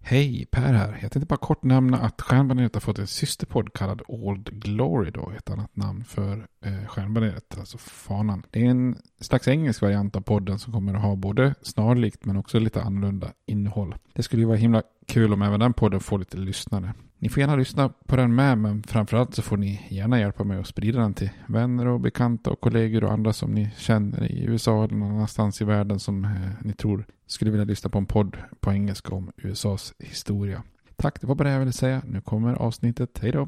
Hej, Per här. Jag tänkte bara kort nämna att Stjärnbaneret har fått en systerpodd kallad Old Glory då, ett annat namn för Stjärnbaneret, alltså fanan. Det är en slags engelsk variant av podden som kommer att ha både snarlikt men också lite annorlunda innehåll. Det skulle ju vara himla kul om även den podden får lite lyssnare. Ni får gärna lyssna på den med, men framförallt så får ni gärna hjälpa mig att sprida den till vänner och bekanta och kollegor och andra som ni känner i USA eller någon annanstans i världen som ni tror skulle vilja lyssna på en podd på engelska om USAs historia. Tack, det var bara det jag ville säga. Nu kommer avsnittet. Hej då!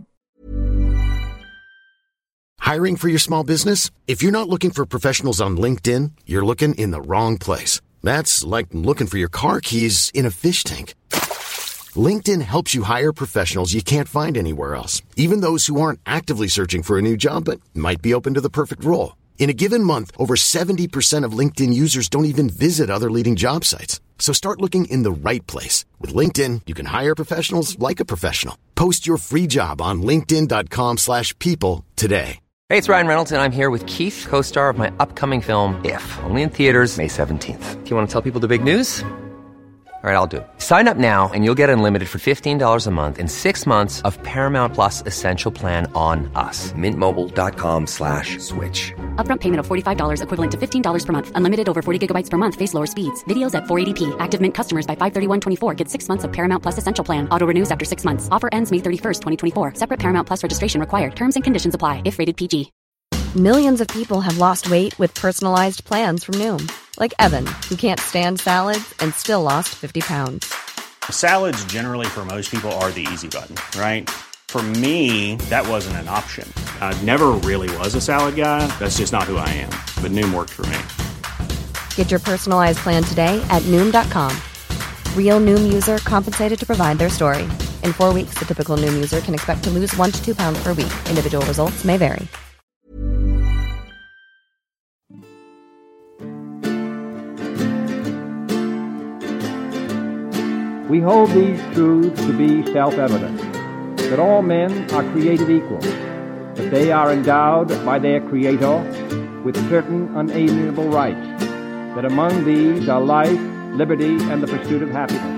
Hiring for your small business? If you're not looking for professionals on LinkedIn, you're looking in the wrong place. That's like looking for your car keys in a fish tank. LinkedIn helps you hire professionals you can't find anywhere else, even those who aren't actively searching for a new job but might be open to the perfect role. In a given month, over 70% of LinkedIn users don't even visit other leading job sites. So start looking in the right place. With LinkedIn, you can hire professionals like a professional. Post your free job on linkedin.com/people today. Hey, it's Ryan Reynolds, and I'm here with Keith, co-star of my upcoming film, If, only in theaters May 17th. Do you want to tell people the big news? All right, I'll do it. Sign up now and you'll get unlimited for $15 a month and 6 months of Paramount Plus Essential Plan on us. MintMobile.com/switch. Upfront payment of $45 equivalent to $15 per month. Unlimited over 40 gigabytes per month. Face lower speeds. Videos at 480p. Active Mint customers by 531.24 get 6 months of Paramount Plus Essential Plan. Auto renews after 6 months. Offer ends May 31st, 2024. Separate Paramount Plus registration required. Terms and conditions apply if rated PG. Millions of people have lost weight with personalized plans from Noom. Like Evan, who can't stand salads and still lost 50 pounds. Salads generally for most people are the easy button, right? For me, that wasn't an option. I never really was a salad guy. That's just not who I am. But Noom worked for me. Get your personalized plan today at Noom.com. Real Noom user compensated to provide their story. In 4 weeks, the typical Noom user can expect to lose 1 to 2 pounds per week. Individual results may vary. We hold these truths to be self-evident, that all men are created equal, that they are endowed by their Creator with certain unalienable rights, that among these are life, liberty, and the pursuit of happiness.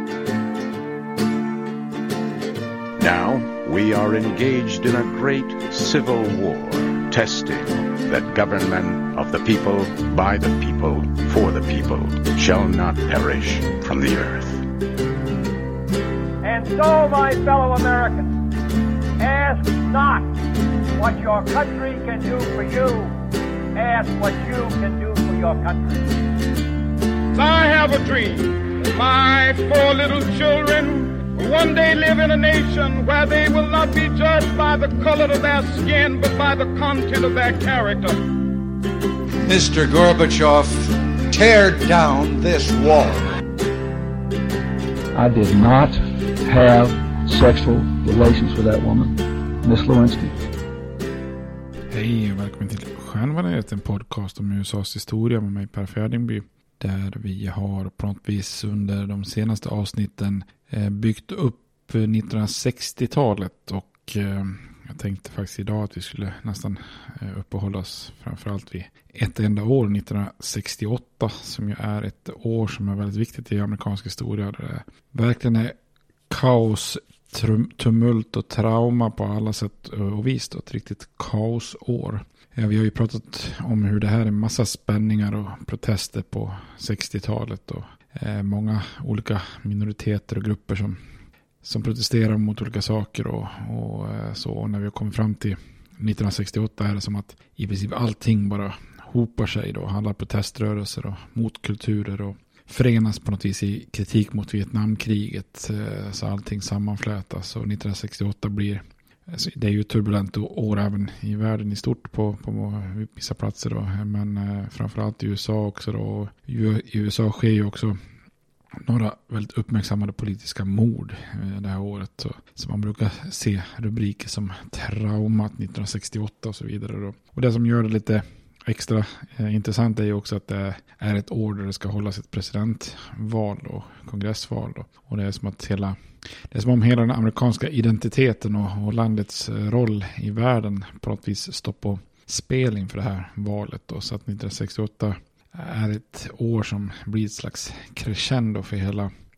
Now we are engaged in a great civil war, testing that government of the people, by the people, for the people, shall not perish from the earth. And so, my fellow Americans, ask not what your country can do for you. Ask what you can do for your country. I have a dream. My 4 little children will one day live in a nation where they will not be judged by the color of their skin, but by the content of their character. Mr. Gorbachev, tear down this wall. I did not have sexual relations with that woman, Miss Lewinsky. Hej och välkommen till Stjärnbaneret, en podcast om USAs historia med mig Per Fjärdingby. Där vi har på något vis under de senaste avsnitten byggt upp 1960-talet och jag tänkte faktiskt idag att vi skulle nästan uppehålla oss framförallt vid ett enda år, 1968, som ju är ett år som är väldigt viktigt i amerikansk historia. Där det verkligen är kaos, tumult och trauma på alla sätt och vis. Ett riktigt kaosår. Vi har ju pratat om hur det här är massa spänningar och protester på 60-talet och många olika minoriteter och grupper som protesterar mot olika saker och så. Och när vi har kommit fram till 1968 är det som att i princip allting bara hopar sig då. Alla proteströrelser och motkulturer och förenas på något vis i kritik mot Vietnamkriget, så allting sammanflätas. Och 1968 blir, det är ju turbulent år även i världen i stort på vissa platser då, men framförallt i USA också då. I USA sker ju också några väldigt uppmärksammade politiska mord det här året, så man brukar se rubriker som traumat 1968 och så vidare då. Och det som gör det lite extra intressant är ju också att det är ett år där det ska hållas ett presidentval och kongressval då. Och det är som att det är som om hela den amerikanska identiteten och landets roll i världen på något vis står på spel inför det här valet då. Så att 1968 är ett år som blir ett slags crescendo för hela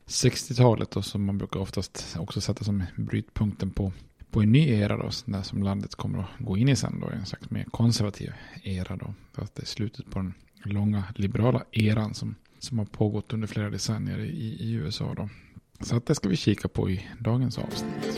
60-talet och som man brukar oftast också sätta som brytpunkten på en ny era då, där som landet kommer att gå in i sen då, en slags mer konservativ era då. För att det är slutet på den långa liberala eran som har pågått under flera decennier i USA då. Så att det ska vi kika på i dagens avsnitt.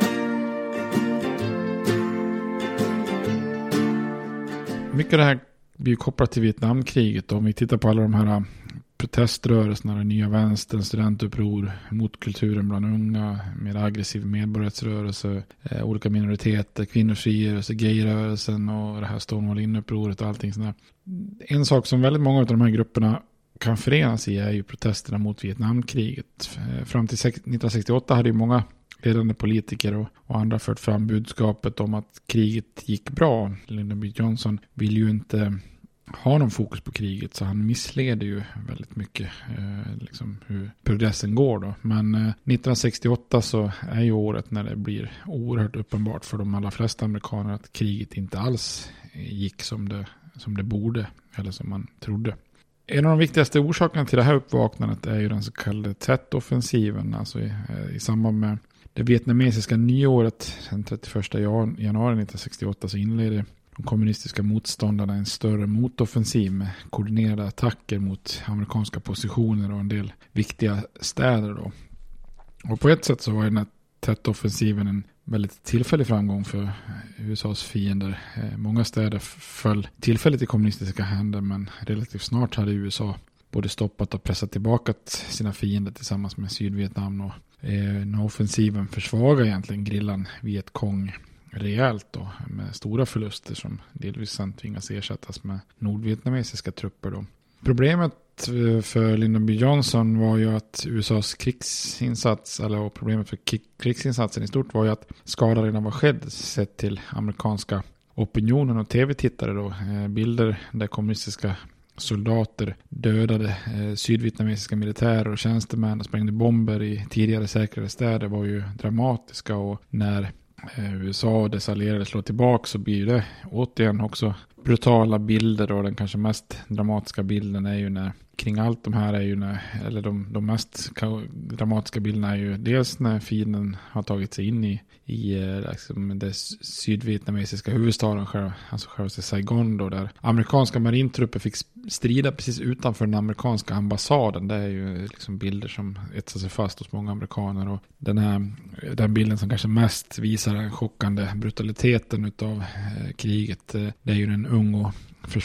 Mycket av det här blir kopplat till Vietnamkriget. Om vi tittar på alla de här proteströrelserna, den nya vänstern, studentuppror mot kulturen bland unga, mer aggressiv medborgarrättsrörelse, olika minoriteter, kvinnors frigörelse, gayrörelsen och det här Stonewall-upproret och allting sånt där. En sak som väldigt många av de här grupperna kan förenas i är ju protesterna mot Vietnamkriget. Fram till 1968 hade ju många ledande politiker och andra fört fram budskapet om att kriget gick bra. Lyndon B. Johnson vill ju inte ha någon fokus på kriget, så han missleder ju väldigt mycket liksom hur progressen går då. Men 1968 så är ju året när det blir oerhört uppenbart för de allra flesta amerikaner att kriget inte alls gick som det borde, eller som man trodde. En av de viktigaste orsakerna till det här uppvaknandet är ju den så kallade Tet-offensiven, alltså i samband med det vietnamesiska nyåret den 31 januari 1968 så inledde de kommunistiska motståndarna en större motoffensiv med koordinerade attacker mot amerikanska positioner och en del viktiga städer då. Och på ett sätt så var den här Tet-offensiven en väldigt tillfällig framgång för USAs fiender. Många städer föll tillfälligt i kommunistiska händer, men relativt snart hade USA både stoppat och pressat tillbaka sina fiender tillsammans med Sydvietnam. Och den här offensiven försvagar egentligen grillan Vietcong rejält då, med stora förluster som delvis sen tvingas ersättas med nordvietnamesiska trupper då. Problemet för Lyndon B. Johnson var ju att USAs krigsinsats, eller problemet för krigsinsatsen i stort var ju att skada redan var skedd sett till amerikanska opinionen och tv-tittare då. Bilder där kommunistiska soldater dödade sydvietnamesiska militärer och tjänstemän och sprängde bomber i tidigare säkrare städer var ju dramatiska, och när USA och dess allierade slår tillbaka så blir det återigen också brutala bilder, och den kanske mest dramatiska bilden är ju när kring allt de här är ju när, eller de mest dramatiska bilderna är ju dels när fienden har tagit sig in i liksom det sydvietnamesiska huvudstaden själva Saigon då, där amerikanska marintrupper fick strida precis utanför den amerikanska ambassaden. Det är ju liksom bilder som etsar sig fast hos många amerikaner, och den bilden som kanske mest visar den chockande brutaliteten utav kriget, det är ju en ung och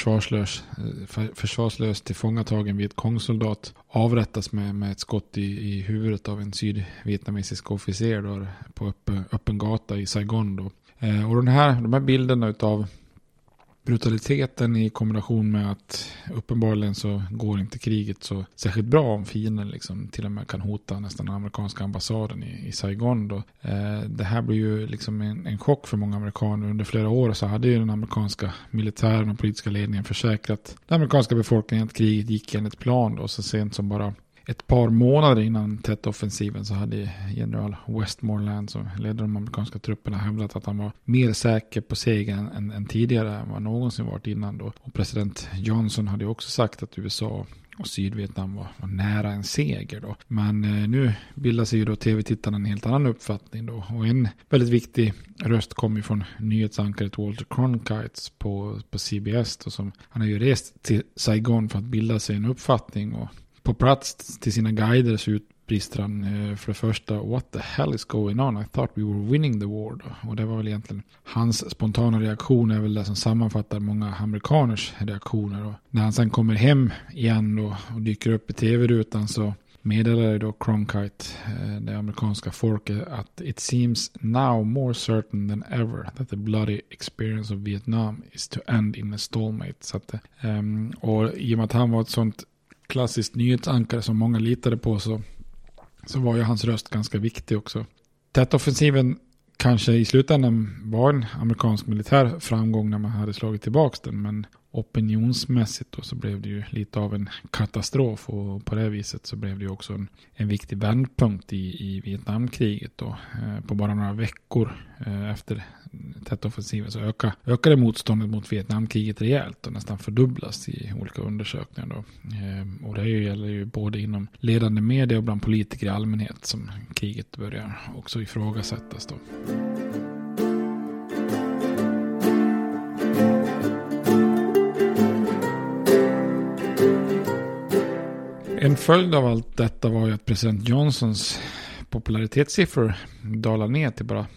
försvarslös tillfångatagen Vietcong-soldat avrättas med ett skott i huvudet av en sydvietnamesisk officer då, på öppen gata i Saigon då. Och de här bilderna utav brutaliteten i kombination med att uppenbarligen så går inte kriget så särskilt bra om fienden liksom till och med kan hota nästan den amerikanska ambassaden i Saigon då. Det här blir ju liksom en chock för många amerikaner. Under flera år så hade ju den amerikanska militären och politiska ledningen försäkrat den amerikanska befolkningen att kriget gick enligt plan då. Så sent som bara ett par månader innan Tet-offensiven så hade general Westmoreland, som ledde de amerikanska trupperna, hävdat att han var mer säker på segern än tidigare än vad någonsin varit innan då. Och president Johnson hade också sagt att USA och Sydvietnam var nära en seger då. Men nu bildar sig ju då tv-tittarna en helt annan uppfattning då. Och en väldigt viktig röst kom ju från nyhetsankaret Walter Cronkite på CBS då, som han har ju rest till Saigon för att bilda sig en uppfattning, och på plats till sina guider så utbrister han för det första: "What the hell is going on? I thought we were winning the war." Då. Och det var väl egentligen hans spontana reaktion, är väl det som sammanfattar många amerikaners reaktioner. Och när han sen kommer hem igen då och dyker upp i tv-rutan så meddelar då Cronkite det amerikanska folket att "It seems now more certain than ever that the bloody experience of Vietnam is to end in a stalemate." Så att, och i och med att han var ett sånt klassiskt nyhetsankare som många litade på så var ju hans röst ganska viktig också. Tet-offensiven kanske i slutändan var en amerikansk militär framgång när man hade slagit tillbaka den, men opinionsmässigt då så blev det ju lite av en katastrof, och på det viset så blev det ju också en viktig vändpunkt i Vietnamkriget då. På bara några veckor efter Tet-offensiven så ökade motståndet mot Vietnamkriget rejält och nästan fördubblas i olika undersökningar då. Och det gäller ju både inom ledande media och bland politiker i allmänhet som kriget börjar också ifrågasättas då. En följd av allt detta var ju att president Johnsons popularitetssiffror dalade ner till bara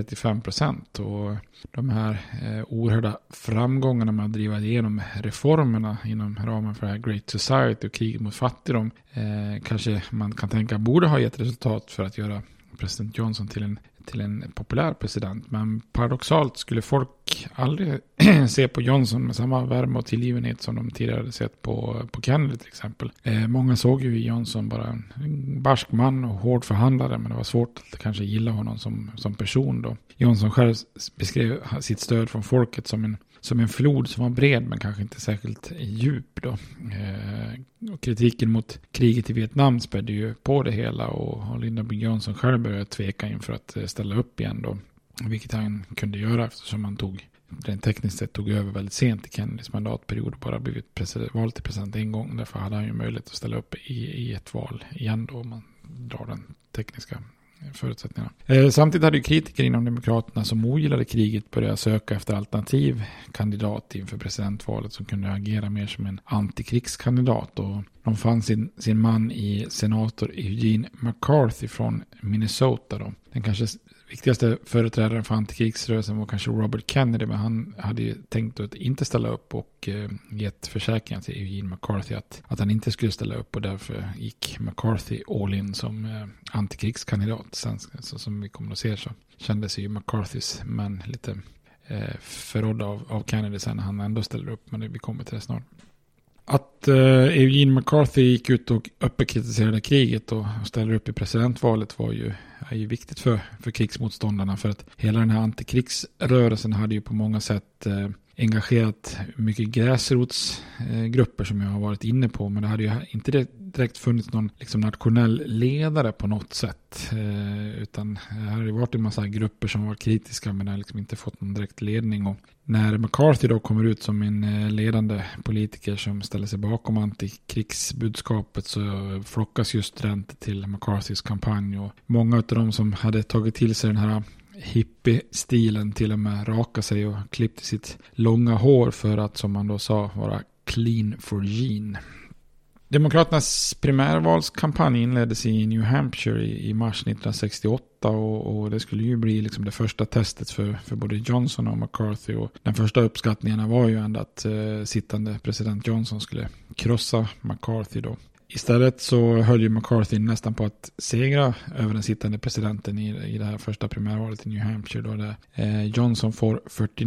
35%, och de här oerhörda framgångarna med att driva igenom reformerna inom ramen för det här Great Society och kriget mot fattigdom kanske man kan tänka borde ha gett resultat för att göra president Johnson till en populär president. Men paradoxalt skulle folk aldrig se på Johnson med samma värme och tillgivenhet som de tidigare hade sett på Kennedy till exempel. Många såg ju i Johnson bara en barsk man och hård förhandlare, men det var svårt att kanske gilla honom som person då. Johnson själv beskrev sitt stöd från folket som en flod som var bred men kanske inte särskilt djup då. Och kritiken mot kriget i Vietnam spädde ju på det hela, och Lyndon B. Johnson själv började tveka inför att ställa upp igen då. Vilket han kunde göra eftersom han rent tekniskt sett tog över väldigt sent i Kennedys mandatperiod och bara blivit vald till president en gång. Därför hade han ju möjlighet att ställa upp i ett val igen då, om man drar den tekniska förutsättningarna. Samtidigt hade ju kritiker inom Demokraterna som ogillade kriget börjat söka efter alternativ kandidat inför presidentvalet som kunde agera mer som en antikrigskandidat, och de fann sin man i senator Eugene McCarthy från Minnesota då. Den kanske viktigaste företrädaren för antikrigsrörelsen var kanske Robert Kennedy, men han hade ju tänkt att inte ställa upp och gett försäkringar till Eugene McCarthy att han inte skulle ställa upp, och därför gick McCarthy all in som antikrigskandidat. Sen, så som vi kommer att se så kändes ju McCarthys men lite förrådd av Kennedy sen när han ändå ställer upp, men vi kommer till det snart. Att Eugene McCarthy gick ut och öppet kritiserade kriget och ställde upp i presidentvalet är ju viktigt för krigsmotståndarna, för att hela den här antikrigsrörelsen hade ju på många sätt engagerat mycket gräsrotsgrupper som jag har varit inne på, men det hade ju inte direkt funnits någon liksom nationell ledare på något sätt, utan det hade varit en massa grupper som var kritiska men har liksom inte fått någon direkt ledning. Och när McCarthy då kommer ut som en ledande politiker som ställer sig bakom antikrigsbudskapet, så flockas just studenter till McCarthys kampanj, och många av dem som hade tagit till sig den här hippie-stilen till och med raka sig och klippte sitt långa hår för att, som man då sa, vara clean for Gene. Demokraternas primärvalskampanj inleddes i New Hampshire i mars 1968, och det skulle ju bli liksom det första testet för både Johnson och McCarthy, och den första uppskattningarna var ju ändå att sittande president Johnson skulle krossa McCarthy då. Istället så höll ju McCarthy nästan på att segra över den sittande presidenten i det här första primärvalet i New Hampshire, då där Johnson får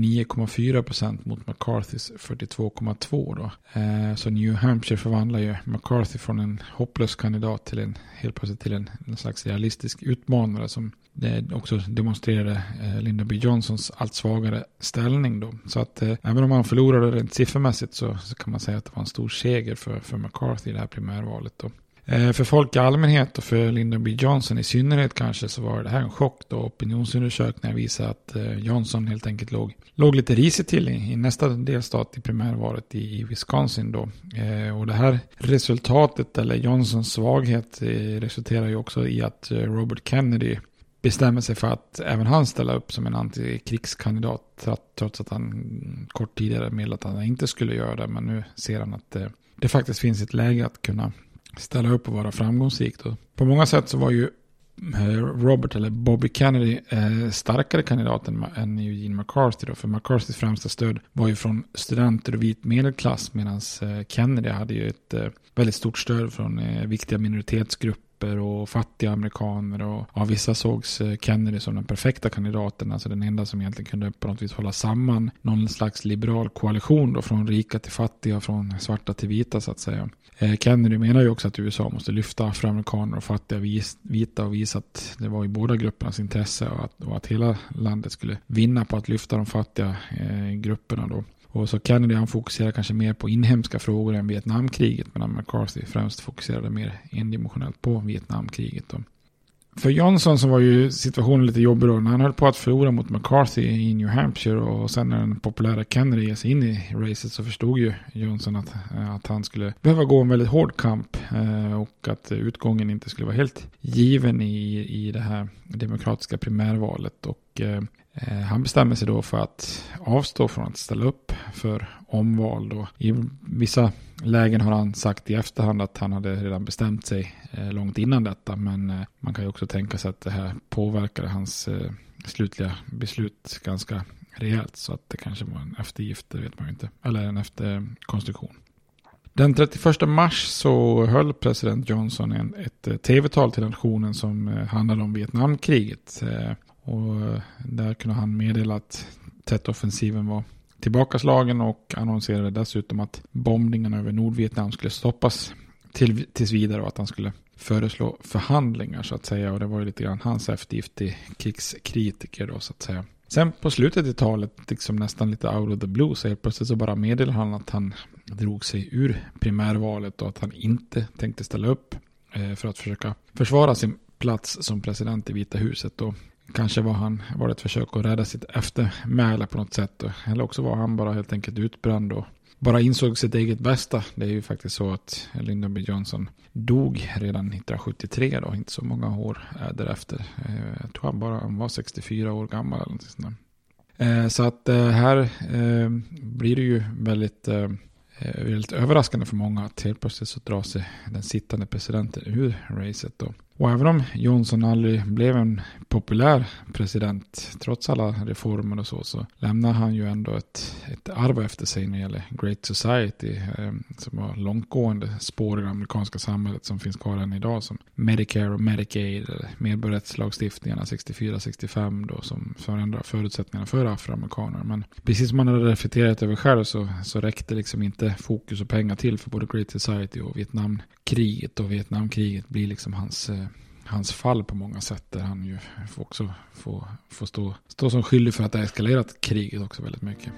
49,4% mot McCarthys 42,2% då. Så New Hampshire förvandlar ju McCarthy från en hopplös kandidat helt plötsligt till en slags realistisk utmanare som också demonstrerade Lyndon B. Johnsons allt svagare ställning då. Så att även om han förlorade rent siffermässigt så kan man säga att det var en stor seger för McCarthy i det här primärvalet då. För folk i allmänhet och för Lyndon B. Johnson i synnerhet kanske så var det här en chock då opinionsundersökningar visade att Johnson helt enkelt låg lite risigt till i nästa delstat i primärvalet i Wisconsin då. Och det här resultatet, eller Johnsons svaghet, resulterar ju också i att Robert Kennedy bestämmer sig för att även han ställa upp som en antikrigskandidat, trots att han kort tidigare meddelat att han inte skulle göra det. Men nu ser han att det faktiskt finns ett läge att kunna ställa upp och vara framgångsrik. På många sätt så var ju Robert eller Bobby Kennedy starkare kandidat än Eugene McCarthy då, för McCarthys främsta stöd var ju från studenter och vit medelklass, medan Kennedy hade ju ett väldigt stort stöd från viktiga minoritetsgrupper och fattiga amerikaner, och av vissa sågs Kennedy som den perfekta kandidaten, alltså den enda som egentligen kunde på något vis hålla samman någon slags liberal koalition då, från rika till fattiga, från svarta till vita så att säga. Kennedy menar ju också att USA måste lyfta afroamerikaner och fattiga vita och visa att det var i båda gruppernas intresse och att hela landet skulle vinna på att lyfta de fattiga grupperna då. Och så Kennedy han fokuserade kanske mer på inhemska frågor än Vietnamkriget, medan McCarthy främst fokuserade mer endimensionellt på Vietnamkriget då. För Johnson så var ju situationen lite jobbig då. När han höll på att förlora mot McCarthy i New Hampshire och sen när den populära Kennedy ger sig in i racet, så förstod ju Johnson att han skulle behöva gå en väldigt hård kamp och att utgången inte skulle vara helt given i det här demokratiska primärvalet. Och han bestämmer sig då för att avstå från att ställa upp för omval då. I vissa lägen har han sagt i efterhand att han hade redan bestämt sig långt innan detta, men man kan ju också tänka sig att det här påverkade hans slutliga beslut ganska rejält, så att det kanske var en eftergift, det vet man ju inte, eller en efterkonstruktion. Den 31 mars så höll president Johnson ett tv-tal till nationen som handlade om Vietnamkriget. Och där kunde han meddela att Tet-offensiven var tillbakaslagen och annonserade dessutom att bombningarna över Nordvietnam skulle stoppas tills vidare och att han skulle föreslå förhandlingar så att säga. Och det var ju lite grann hans eftergift till krigskritiker då så att säga. Sen på slutet i talet, liksom nästan lite out of the blue, så helt plötsligt så bara meddelade han att han drog sig ur primärvalet och att han inte tänkte ställa upp för att försöka försvara sin plats som president i Vita huset. Och kanske var det ett försök att rädda sitt eftermäle på något sätt. Eller också var han bara helt enkelt utbränd och bara insåg sitt eget bästa. Det är ju faktiskt så att Lyndon B. Johnson dog redan 1973 då, inte så många år därefter. Jag tror han var 64 år gammal eller något sånt där. Så att här blir det ju väldigt överraskande för många att helt plötsligt så drar sig den sittande presidenten ur racet då. Och även om Johnson aldrig blev en populär president trots alla reformer och så lämnar han ju ändå ett arv efter sig när det gäller Great Society som var långtgående spår i det amerikanska samhället som finns kvar än idag, som Medicare och Medicaid, medborgarrättslagstiftningarna 64-65 då, som förändrar förutsättningarna för afroamerikaner. Men precis som man hade reflekterat över själv så räckte liksom inte fokus och pengar till för både Great Society och Vietnamkriget, och Vietnamkriget blir liksom hans fall på många sätt, där han ju också får stå som skyldig för att det har eskalerat kriget också väldigt mycket.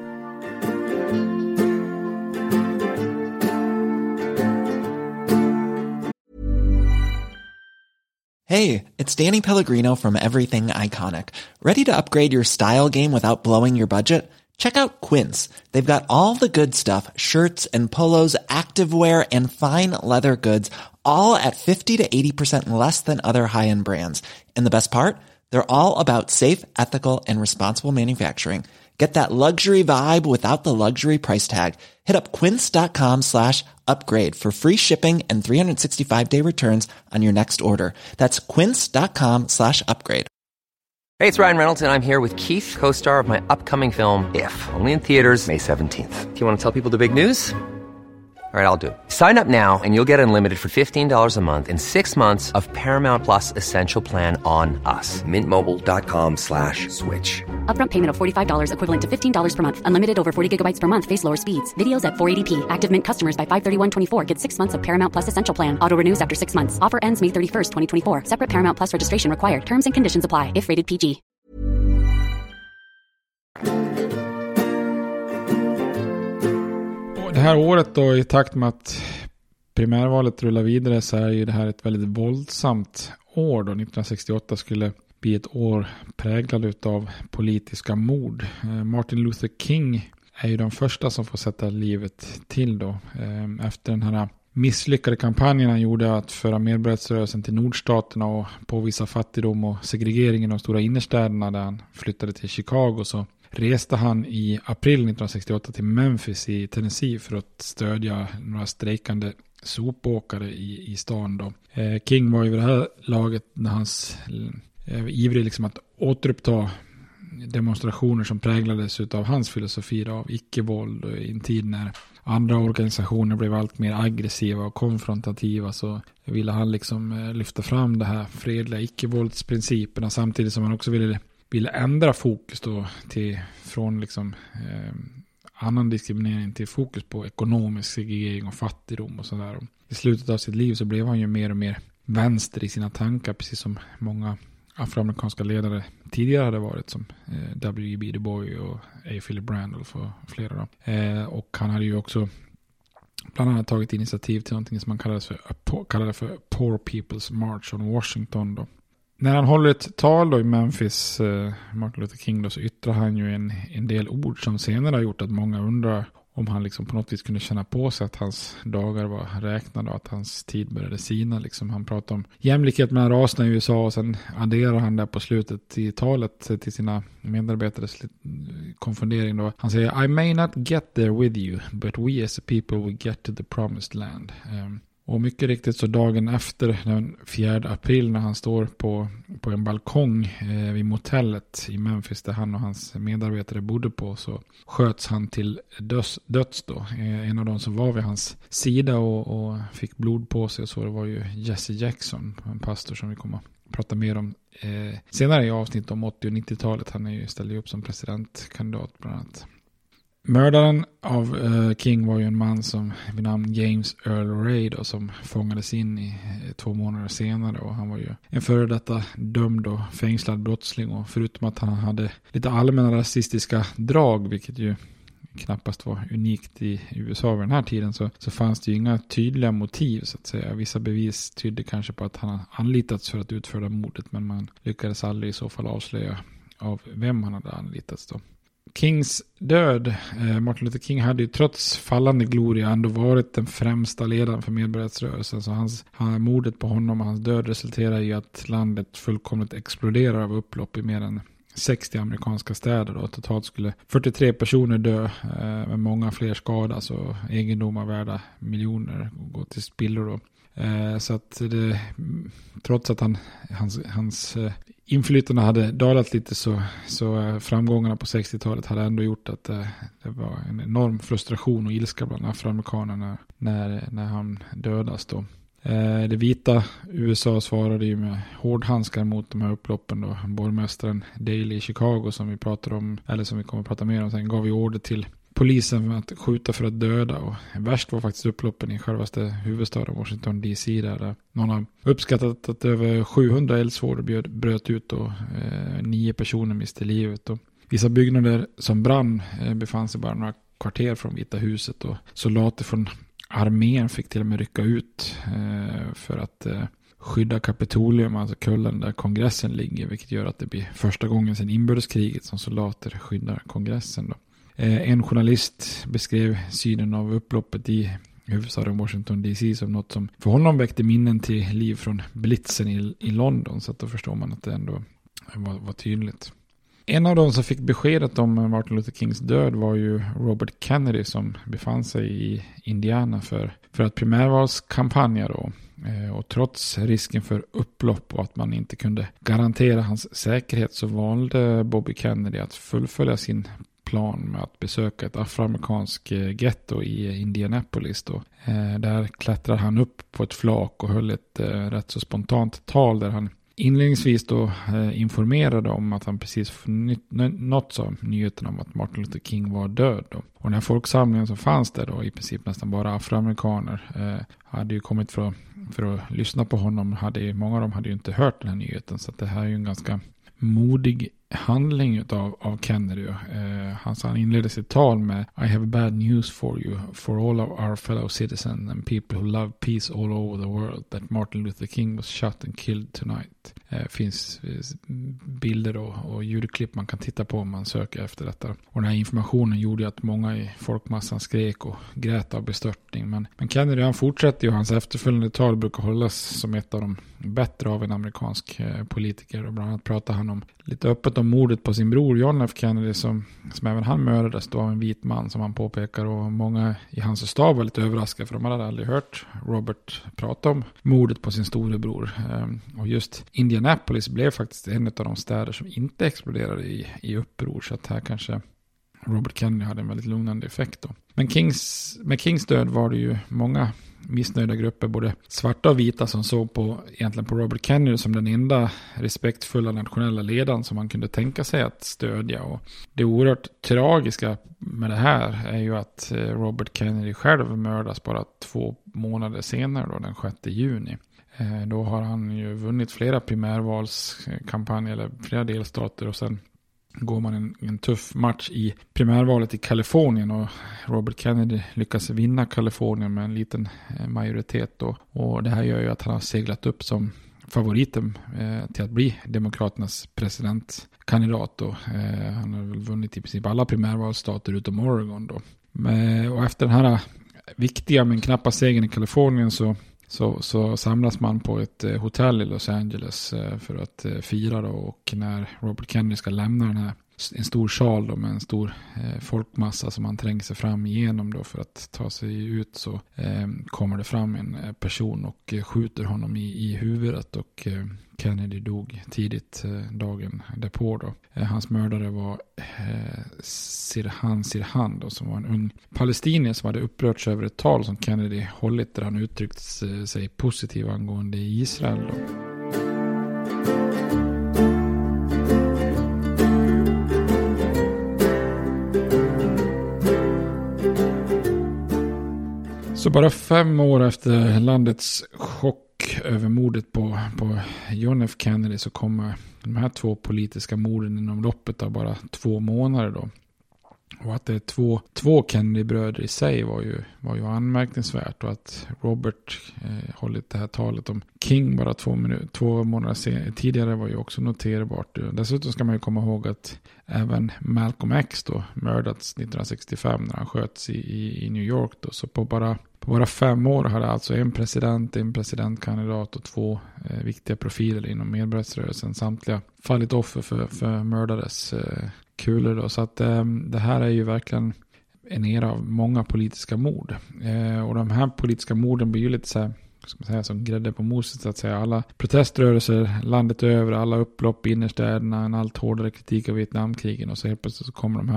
Hey, it's Danny Pellegrino from Everything Iconic. Ready to upgrade your style game without blowing your budget? Check out Quince. They've got all the good stuff, shirts and polos, activewear, and fine leather goods, all at 50 to 80% less than other high-end brands. And the best part? They're all about safe, ethical, and responsible manufacturing. Get that luxury vibe without the luxury price tag. Hit up quince.com/upgrade for free shipping and 365-day returns on your next order. That's quince.com/upgrade. Hey, it's Ryan Reynolds, and I'm here with Keith, co-star of my upcoming film, If, only in theaters May 17th. Do you want to tell people the big news? All right, I'll do it. Sign up now and you'll get unlimited for $15 a month and 6 months of Paramount Plus Essential Plan on us. MintMobile.com/switch. Upfront payment of $45 equivalent to $15 per month. Unlimited over 40 gigabytes per month. Face lower speeds. Videos at 480p. Active Mint customers by 531.24 get 6 months of Paramount Plus Essential Plan. Auto renews after 6 months. Offer ends May 31st, 2024. Separate Paramount Plus registration required. Terms and conditions apply if rated PG. Det här året då, i takt med att primärvalet rullar vidare, så är ju det här ett väldigt våldsamt år då. 1968 skulle bli ett år präglad av politiska mord. Martin Luther King är ju de första som får sätta livet till då. Efter den här misslyckade kampanjen han gjorde att föra medborgarrättsrörelsen till nordstaterna och påvisa fattigdom och segregering i de stora innerstäderna, där han flyttade till Chicago, så reste han i april 1968 till Memphis i Tennessee för att stödja några strejkande sopåkare i stan då. King var ju vid det här laget när hans ivrig liksom att återuppta demonstrationer som präglades av hans filosofi av icke-våld, i en tid när andra organisationer blev allt mer aggressiva och konfrontativa, så ville han liksom lyfta fram det här fredliga icke-våldsprinciperna, samtidigt som han också ville ändra fokus då från liksom annan diskriminering till fokus på ekonomisk segregering och fattigdom och sådär. I slutet av sitt liv så blev han ju mer och mer vänster i sina tankar, precis som många afroamerikanska ledare tidigare hade varit, som W.E.B. Du Bois och A. Philip Randolph och flera då. Och han hade ju också bland annat tagit initiativ till någonting som man kallade för Poor People's March on Washington då. När han håller ett tal då i Memphis, Martin Luther King då, så yttrar han ju en del ord som senare har gjort att många undrar om han liksom på något vis kunde känna på sig att hans dagar var räknade och att hans tid började sina. Liksom. Han pratar om jämlikhet mellan raserna i USA och sen adderar han där på slutet i talet till sina medarbetares konfundering då. Han säger: I may not get there with you, but we as a people will get to the promised land. Och mycket riktigt så dagen efter den 4 april när han står på en balkong vid motellet i Memphis där han och hans medarbetare bodde på, så sköts han till döds då. En av de som var vid hans sida och fick blod på sig, så det var ju Jesse Jackson, en pastor som vi kommer att prata mer om senare i avsnitt om 80- och 90-talet. Han är ju ställd upp som presidentkandidat bland annat. Mördaren av King var ju en man som vid namn James Earl Ray då, som fångades in i 2 månader senare, och han var ju en före detta dömd och fängslad brottsling, och förutom att han hade lite allmänna rasistiska drag, vilket ju knappast var unikt i USA vid den här tiden, så fanns det ju inga tydliga motiv så att säga. Vissa bevis tydde kanske på att han anlitats för att utföra mordet, men man lyckades aldrig i så fall avslöja av vem han hade anlitats då. Kings död, Martin Luther King hade ju trots fallande gloria ändå varit den främsta ledaren för medborgarrättsrörelsen, så mordet på honom och hans död resulterar i att landet fullkomligt exploderar av upplopp i mer än 60 amerikanska städer då. Totalt skulle 43 personer dö, med många fler skadas och egendomar värda miljoner gå till spillo då. Så att det, trots att hans inflytande hade dalat lite, så framgångarna på 60-talet hade ändå gjort att det var en enorm frustration och ilska bland afroamerikanerna när han dödas då. Det vita USA svarade ju med hårdhandskar mot de här upploppen då. Borgmästaren Daley i Chicago, som vi pratar om, eller som vi kommer att prata mer om sen, gav ju order till polisen att skjuta för att döda, och värst var faktiskt upploppen i självaste huvudstaden Washington DC, där någon har uppskattat att över 700 eldsvådor bröt ut och 9 personer miste livet. Och vissa byggnader som brann befann sig bara några kvarter från Vita huset, och soldater från armén fick till och med rycka ut för att skydda Kapitolium, alltså kullen där kongressen ligger, vilket gör att det blir första gången sedan inbördeskriget som soldater skyddar kongressen då. En journalist beskrev synen av upploppet i huvudstaden Washington DC som något som för honom väckte minnen till liv från blitzen i London, så att då förstår man att det ändå var tydligt. En av de som fick beskedet om Martin Luther Kings död var ju Robert Kennedy, som befann sig i Indiana för att primärvalskampanja då. Och trots risken för upplopp och att man inte kunde garantera hans säkerhet, så valde Bobby Kennedy att fullfölja sin plan med att besöka ett afroamerikansk getto i Indianapolis då. Där klättrade han upp på ett flak och höll ett rätt så spontant tal där han inledningsvis då informerade om att han precis nåtts av nyheten om att Martin Luther King var död då. Och den här folksamlingen som fanns där då, i princip nästan bara afroamerikaner, hade ju kommit för att lyssna på honom. Många av dem hade ju inte hört den här nyheten, så att det här är ju en ganska modig handling av Kennedy. Han inledde sitt tal med I have bad news for you, for all of our fellow citizens and people who love peace all over the world, that Martin Luther King was shot and killed tonight. Finns bilder och ljudklipp man kan titta på om man söker efter detta. Och den här informationen gjorde att många i folkmassan skrek och grät av bestörtning. Men Kennedy, han fortsätter ju, och hans efterföljande tal brukar hållas som ett av de bättre av en amerikansk politiker. Och bland annat pratar han om lite öppet om mordet på sin bror John F. Kennedy, som även han mördades då av en vit man, som han påpekar. Och många i hans stab var lite överraskade, för de hade aldrig hört Robert prata om mordet på sin storebror. Och just Indianapolis blev faktiskt en av de städer som inte exploderade i uppror, så att här kanske Robert Kennedy hade en väldigt lugnande effekt då. Men med Kings död var det ju många missnöjda grupper, både svarta och vita, som såg på Robert Kennedy som den enda respektfulla nationella ledaren som man kunde tänka sig att stödja. Och det oerhört tragiska med det här är ju att Robert Kennedy själv mördas bara 2 månader senare då, den 6 juni. Då har han ju vunnit flera primärvalskampanjer eller flera delstater, och sen går man en tuff match i primärvalet i Kalifornien, och Robert Kennedy lyckas vinna Kalifornien med en liten majoritet då. Och det här gör ju att han har seglat upp som favoriten till att bli demokraternas presidentkandidat då. Han har väl vunnit i princip alla primärvalsstater utom Oregon då. Och efter den här viktiga men knappa segern i Kalifornien så samlas man på ett hotell i Los Angeles för att fira då, och när Robert Kennedy ska lämna en stor sal då med en stor folkmassa som han tränger sig fram igenom då för att ta sig ut, så kommer det fram en person och skjuter honom i huvudet, och Kennedy dog tidigt dagen därpå då. Hans mördare var Sirhan då, som var en ung palestinier som hade upprörts över ett tal som Kennedy hållit där han uttryckt sig positiv angående Israel då. Så bara 5 år efter landets chock över mordet på John F. Kennedy så kommer de här 2 politiska morden inom loppet av bara 2 månader då. Och att det är två Kennedy-bröder i sig var ju anmärkningsvärt, och att Robert hållit det här talet om King bara 2 månader tidigare var ju också noterbart. Dessutom ska man ju komma ihåg att även Malcolm X då mördats 1965 när han sköts i New York då. Så på bara 5 år hade alltså en presidentkandidat och 2 viktiga profiler inom medborgarrörelsen samtliga fallit offer för mördares kulor då. Så att det här är ju verkligen en era av många politiska mord. Och de här politiska morden blir ju lite så här, ska man säga, som grädde på moset så att säga. Alla proteströrelser landet över, alla upplopp i innerstäderna, en allt hårdare kritik av Vietnamkrigen, och så helt plötsligt så kommer de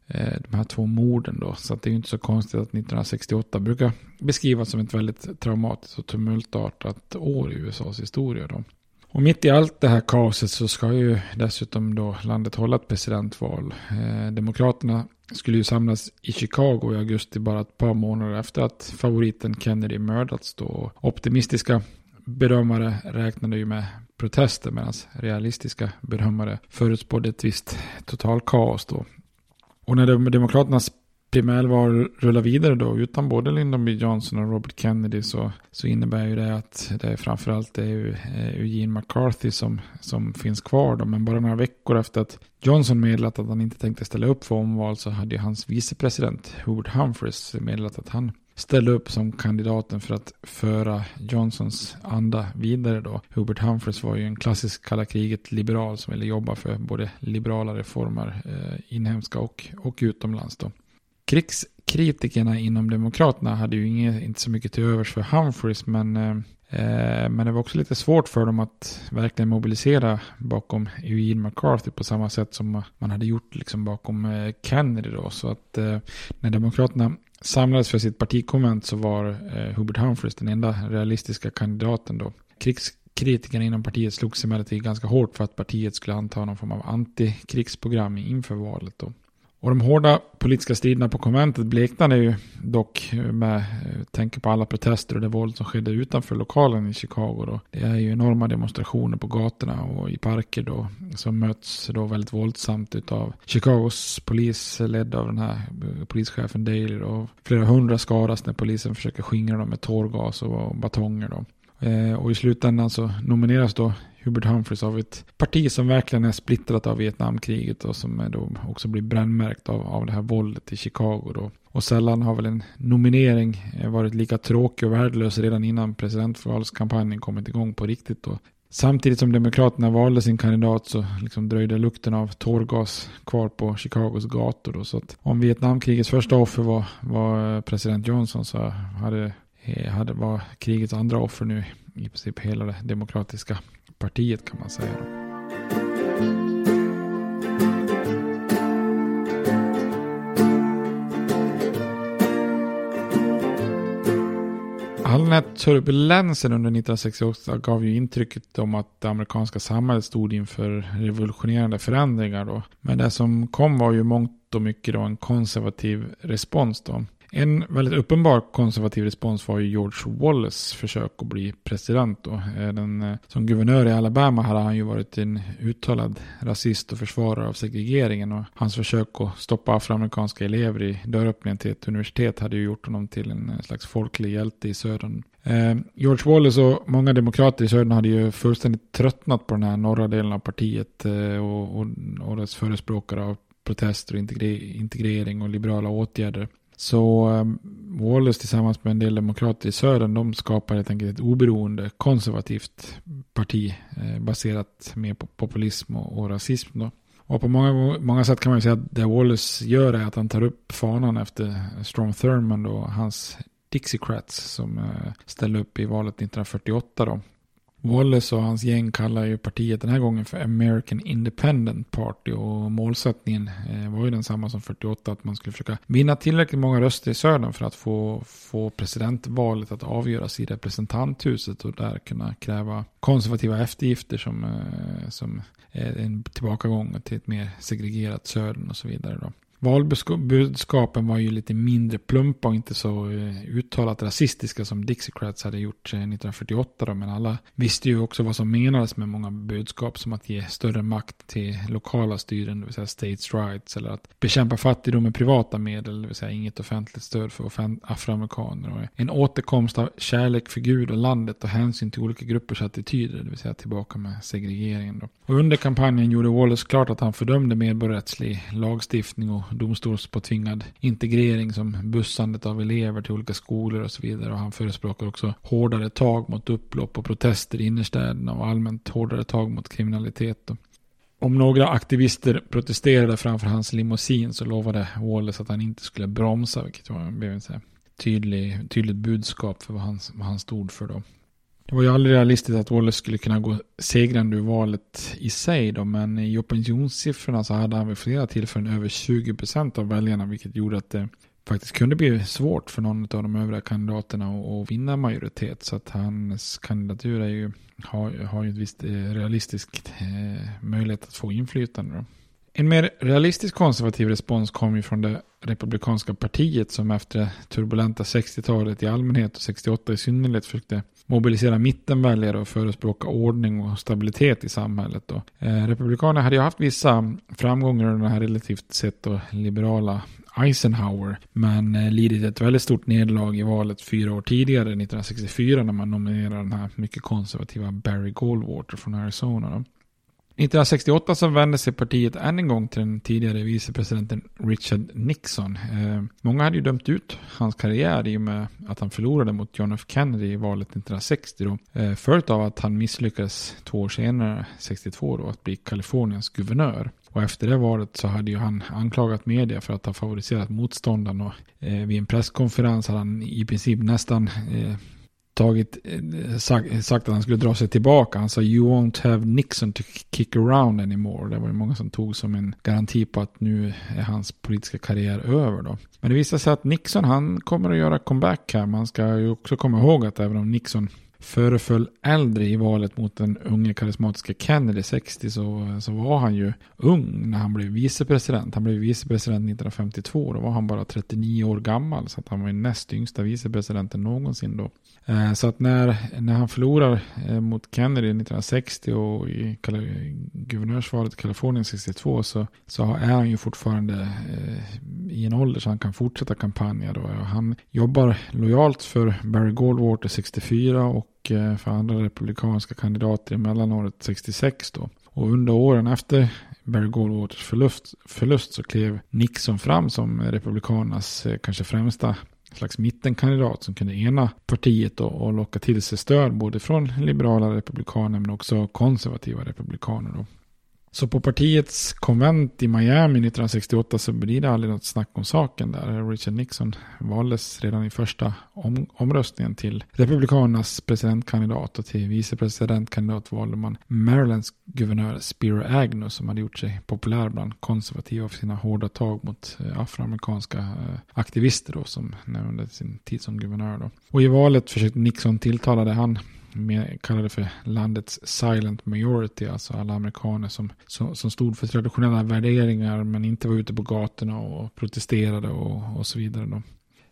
här 2 morden då. Så att det är ju inte så konstigt att 1968 brukar beskrivas som ett väldigt traumatiskt och tumultartat år i USAs historia då. Och mitt i allt det här kaoset så ska ju dessutom då landet hålla ett presidentval. Demokraterna skulle ju samlas i Chicago i augusti, bara ett par månader efter att favoriten Kennedy mördats då. Optimistiska bedömare räknade ju med protester, medan realistiska bedömare förutspådde ett visst total kaos då. Och när demokraternas primärval rullar vidare då utan både Lyndon B. Johnson och Robert Kennedy så innebär ju det att det är framförallt Eugene McCarthy som finns kvar då. Men bara några veckor efter att Johnson meddelat att han inte tänkte ställa upp för omval så hade ju hans vicepresident Hubert Humphreys meddelat att han ställde upp som kandidaten för att föra Johnsons anda vidare då. Hubert Humphreys var ju en klassisk kalla kriget liberal som ville jobba för både liberala reformer inhemska och utomlands då. Krigskritikerna inom demokraterna hade ju inte så mycket till övers för Humphreys, men det var också lite svårt för dem att verkligen mobilisera bakom Eugene McCarthy på samma sätt som man hade gjort liksom bakom Kennedy då. Så att när demokraterna samlades för sitt partikonvent så var Hubert Humphreys den enda realistiska kandidaten då. Kritikerna inom partiet slogs emellertid ganska hårt för att partiet skulle anta någon form av antikrigsprogram inför valet då. Och de hårda politiska striderna på konventet bleknade ju dock med tanke på alla protester och det våld som skedde utanför lokalen i Chicago då. Det är ju enorma demonstrationer på gatorna och i parker då som möts då väldigt våldsamt utav Chicagos polis ledd av den här polischefen Daley då. Flera hundra skadas när polisen försöker skingra dem med tårgas och batonger då. Och i slutändan så nomineras då Hubert Humphreys av ett parti som verkligen är splittrat av Vietnamkriget och som då också blir brännmärkt av det här våldet i Chicago då. Och sällan har väl en nominering varit lika tråkig och värdelös redan innan presidentvalskampanjen kommit igång på riktigt då. Samtidigt som demokraterna valde sin kandidat så liksom dröjde lukten av tårgas kvar på Chicagos gator då. Så att om Vietnamkrigets första offer var president Johnson så var krigets andra offer nu i princip hela det demokratiska partiet kan man säga då. All den här turbulensen under 1968 gav ju intrycket om att det amerikanska samhället stod inför revolutionerande förändringar då. Men det som kom var ju mångt och mycket då en konservativ respons då. En väldigt uppenbar konservativ respons var ju George Wallace försök att bli president då. Som guvernör i Alabama hade han ju varit en uttalad rasist och försvarare av segregeringen, och hans försök att stoppa afroamerikanska elever i dörröppningen till ett universitet hade ju gjort honom till en slags folklig hjälte i södern. George Wallace och många demokrater i södern hade ju fullständigt tröttnat på den här norra delen av partiet och dess förespråkare av protester och integrering och liberala åtgärder. Så Wallace tillsammans med en del demokrater i södern, de skapade helt enkelt ett oberoende konservativt parti baserat mer på populism och rasism då. Och på många sätt kan man ju säga att det Wallace gör är att han tar upp fanan efter Strom Thurmond och hans Dixiecrats som ställde upp i valet 1948 då. Wallace och hans gäng kallar ju partiet den här gången för American Independent Party, och målsättningen var ju densamma som 48, att man skulle försöka vinna tillräckligt många röster i södern för att få presidentvalet att avgöras i representanthuset och där kunna kräva konservativa eftergifter som en tillbakagång till ett mer segregerat södern och så vidare då. Valbudskapen var ju lite mindre plumpa och inte så uttalat rasistiska som Dixiecrats hade gjort 1948 då, men alla visste ju också vad som menades med många budskap, som att ge större makt till lokala styren, det vill säga states rights, eller att bekämpa fattigdom med privata medel, det vill säga inget offentligt stöd för afroamerikaner, och en återkomst av kärlek för Gud och landet och hänsyn till olika gruppers attityder, det vill säga tillbaka med segregeringen då. Och under kampanjen gjorde Wallace klart att han fördömde medborgarrättslig lagstiftning och domstolspåtvingad integrering som bussandet av elever till olika skolor och så vidare, och han förespråkar också hårdare tag mot upplopp och protester i innerstäderna och allmänt hårdare tag mot kriminalitet då. Om några aktivister protesterade framför hans limousin så lovade Wallace att han inte skulle bromsa, vilket var en tydligt budskap för vad han stod för då. Det var ju aldrig realistiskt att Wallace skulle kunna gå segrande ur valet i sig då, men i opinionssiffrorna så hade han vid flera tillfällen över 20% av väljarna, vilket gjorde att det faktiskt kunde bli svårt för någon av de övriga kandidaterna att vinna majoritet, så att hans kandidatur har ju ett visst realistiskt möjlighet att få inflytande då. En mer realistisk konservativ respons kom ju från det republikanska partiet, som efter turbulenta 60-talet i allmänhet och 68 i synnerhet försökte mobilisera mittenväljare och förespråka ordning och stabilitet i samhället då. Republikanerna hade ju haft vissa framgångar under den här relativt sett och liberala Eisenhower, men lidit ett väldigt stort nederlag i valet 4 år tidigare, 1964, när man nominerade den här mycket konservativa Barry Goldwater från Arizona då. 1968 så vände sig partiet än en gång till den tidigare vicepresidenten Richard Nixon. Många hade ju dömt ut hans karriär i och med att han förlorade mot John F. Kennedy i valet 1960 då. Följt av att han misslyckades 2 år senare, 62 då, att bli Kaliforniens guvernör. Och efter det valet så hade ju han anklagat media för att ha favoriserat motståndaren, och vid en presskonferens hade han i princip nästan sagt att han skulle dra sig tillbaka. Han sa "You won't have Nixon to kick around anymore". Det var ju många som tog som en garanti på att nu är hans politiska karriär över då. Men det visar sig att Nixon, han kommer att göra comeback här. Man ska ju också komma ihåg att även om Nixon föreföll äldre i valet mot den unge karismatiska Kennedy 60 så var han ju ung när han blev vicepresident. Han blev vicepresident 1952, då var han bara 39 år gammal, så att han var den näst yngsta vicepresidenten någonsin då. Så att när han förlorar mot Kennedy 1960 och i guvernörsvalet i Kalifornien 62 så är han ju fortfarande i en ålder så han kan fortsätta kampanja då. Han jobbar lojalt för Barry Goldwater 64 och för andra republikanska kandidater i mellanåret 66 då. Och under åren efter Barry Goldwaters förlust så klev Nixon fram som republikanernas kanske främsta slags mittenkandidat som kunde ena partiet och locka till sig stöd både från liberala republikaner men också konservativa republikaner då. Så på partiets konvent i Miami 1968 så blir det aldrig något snack om saken där. Richard Nixon valdes redan i första omröstningen till republikanernas presidentkandidat, och till vicepresidentkandidat valde man Marylands guvernör Spiro Agnew, som hade gjort sig populär bland konservativa för sina hårda tag mot afroamerikanska aktivister då, som under sin tid som guvernör då. Och i valet försökte Nixon tilltala det han kallade för landets silent majority, alltså alla amerikaner som stod för traditionella värderingar men inte var ute på gatorna och protesterade och så vidare då.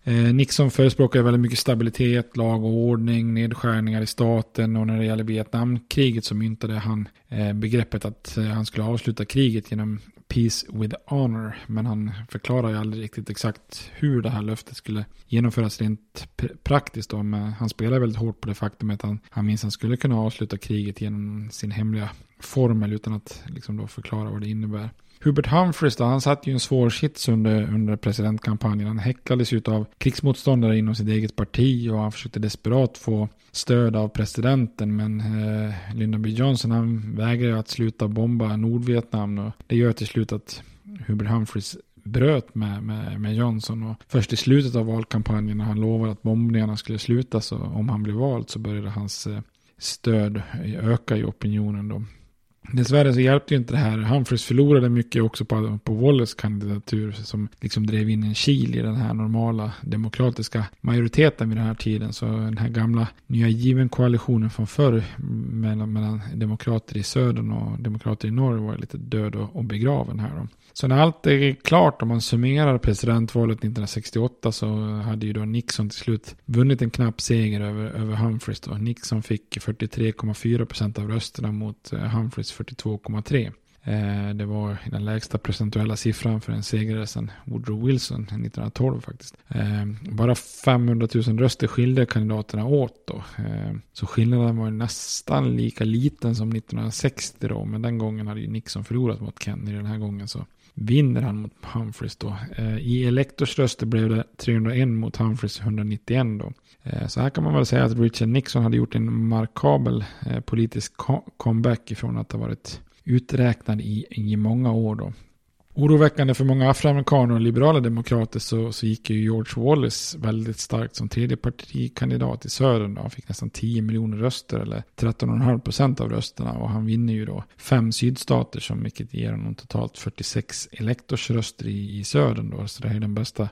Nixon förespråkade väldigt mycket stabilitet, lag och ordning, nedskärningar i staten, och när det gäller Vietnamkriget så myntade han begreppet att han skulle avsluta kriget genom peace with honor, men han förklarar ju aldrig riktigt exakt hur det här löftet skulle genomföras rent praktiskt då, men han spelar väldigt hårt på det faktum att han minns han skulle kunna avsluta kriget genom sin hemliga formel utan att liksom då förklara vad det innebär. Hubert Humphreys då, han satt ju en svår sits under presidentkampanjen. Han häcklades ut av krigsmotståndare inom sitt eget parti och han försökte desperat få stöd av presidenten, men Lyndon B. Johnson han vägrade att sluta bomba Nordvietnam, och det gör till slut att Hubert Humphreys bröt med Johnson, och först i slutet av valkampanjen när han lovade att bombningarna skulle sluta, så om han blev vald så började hans stöd öka i opinionen då. Dessvärre så hjälpte ju inte det här. Humphreys förlorade mycket också på Wallace kandidatur som liksom drev in en kil i den här normala demokratiska majoriteten vid den här tiden. Så den här gamla nya given koalitionen från förr mellan demokrater i södern och demokrater i norr var lite död och begraven här då. Så när allt är klart, om man summerar presidentvalet 1968, så hade ju då Nixon till slut vunnit en knapp seger över Humphreys då. Nixon fick 43,4% av rösterna mot Humphreys 42,3%. Det var den lägsta procentuella siffran för en segrare sedan Woodrow Wilson 1912 faktiskt. Bara 500 000 röster skilde kandidaterna åt då. Så skillnaden var nästan lika liten som 1960 då. Men den gången hade ju Nixon förlorat mot Kennedy. Den här gången så vinner han mot Humphreys då. I elektorsröster blev det 301 mot Humphreys 191 då. Så här kan man väl säga att Richard Nixon hade gjort en markabel politisk comeback ifrån att ha varit uträknad i många år då. Oroväckande för många afroamerikaner och liberala demokrater så gick ju George Wallace väldigt starkt som tredje partikandidat i södern då. Han fick nästan 10 miljoner röster eller 13,5% av rösterna, och han vinner ju då 5 sydstater som vilket ger honom totalt 46 elektorsröster i södern då. Så det är den bästa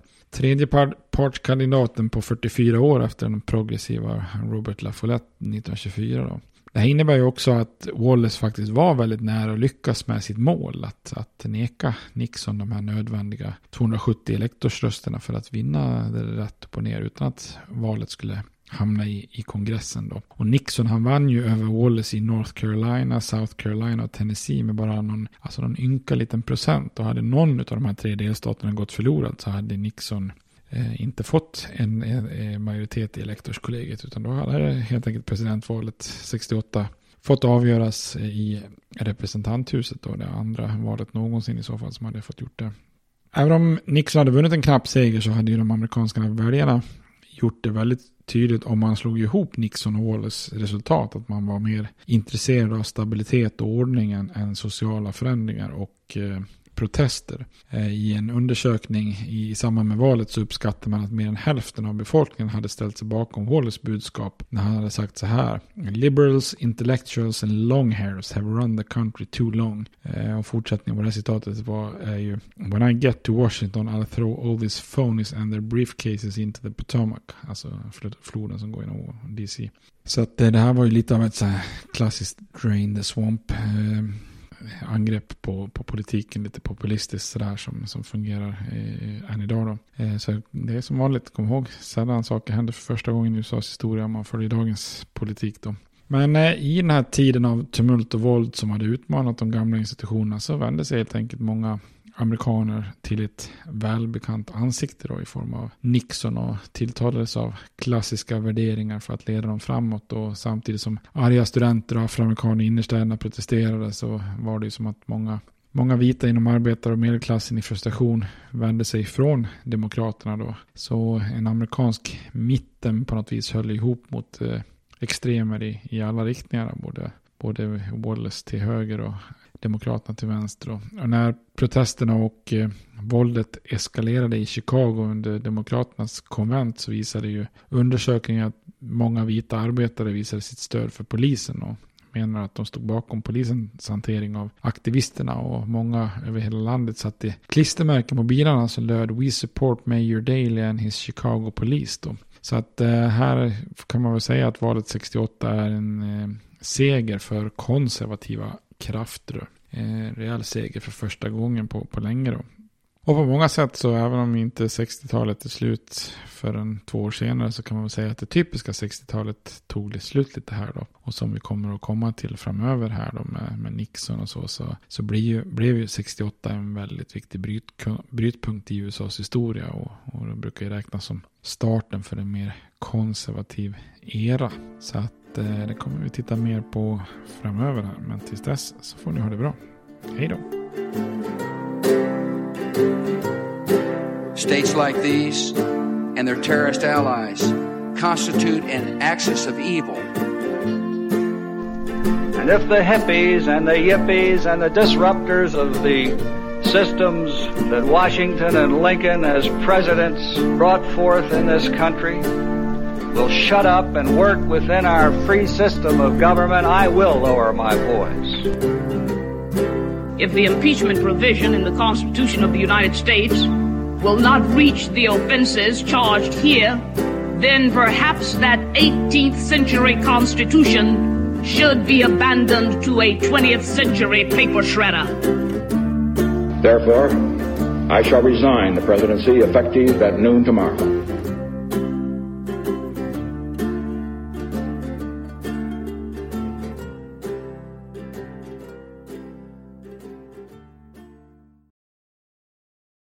tredjepartskandidaten på 44 år efter den progressiva Robert La Follette 1924 då. Det här innebär ju också att Wallace faktiskt var väldigt nära att lyckas med sitt mål att neka Nixon de här nödvändiga 270 elektorsrösterna för att vinna det rätt upp och ner utan att valet skulle hamna i kongressen då. Och Nixon han vann ju över Wallace i North Carolina, South Carolina och Tennessee med bara någon ynka liten procent, och hade någon av de här 3 delstaterna gått förlorad så hade Nixon inte fått en majoritet i elektorskollegiet, utan då hade helt enkelt presidentvalet 68 fått avgöras i representanthuset då, det andra valet någonsin i så fall som hade fått gjort det. Även om Nixon hade vunnit en knapp seger så hade ju de amerikanska väljarna gjort det väldigt tydligt om man slog ihop Nixon och Wallace resultat att man var mer intresserad av stabilitet och ordning än sociala förändringar och protester. I en undersökning i samband med valet så uppskattar man att mer än hälften av befolkningen hade ställt sig bakom Wallace budskap när han hade sagt så här: Liberals, intellectuals and long hairs have run the country too long. Och fortsättningen på det här citatet är ju When I get to Washington I'll throw all these phonies and their briefcases into the Potomac. Alltså floden som går genom DC. Så att det här var ju lite av ett så här klassiskt drain the swamp angrepp på politiken, lite populistiskt sådär som fungerar än idag då. Så det är som vanligt, kom ihåg, sällan saker händer för första gången i USAs historia om man följer dagens politik då. Men i den här tiden av tumult och våld som hade utmanat de gamla institutionerna så vände sig helt enkelt många amerikaner till ett välbekant ansikte då, i form av Nixon, och tilltalades av klassiska värderingar för att leda dem framåt. Och samtidigt som arga studenter och afroamerikaner i innerstäderna protesterade så var det ju som att många vita inom arbetare- och medelklassen i frustration vände sig från demokraterna då. Så en amerikansk mitten på något vis höll ihop mot extremer i alla riktningar, både Wallace till höger och demokraterna till vänster. Och när protesterna och våldet eskalerade i Chicago under demokraternas konvent så visade ju undersökningar att många vita arbetare visade sitt stöd för polisen och menar att de stod bakom polisens hantering av aktivisterna, och många över hela landet satte klistermärken på bilarna som löd We support Mayor Daley and his Chicago Police då. Så att här kan man väl säga att valet 68 är en seger för konservativa krafter. Rejäl seger för första gången på länge då. Och på många sätt så även om inte 60-talet är slut förrän 2 år senare så kan man väl säga att det typiska 60-talet tog det slut lite här då. Och som vi kommer att komma till framöver här då med Nixon och så blev ju 68 en väldigt viktig brytpunkt i USAs historia och det brukar ju räknas som starten för en mer konservativ era. Så att det kommer vi titta mer på framöver här. Men tills dess så får ni ha det bra. Hej då! States like these and their terrorist allies constitute an axis of evil. And if the hippies and the yippies and the disruptors of the systems that Washington and Lincoln as presidents brought forth in this country will shut up and work within our free system of government, I will lower my voice. If the impeachment provision in the Constitution of the United States will not reach the offenses charged here, then perhaps that 18th century Constitution should be abandoned to a 20th century paper shredder. Therefore, I shall resign the presidency effective at noon tomorrow.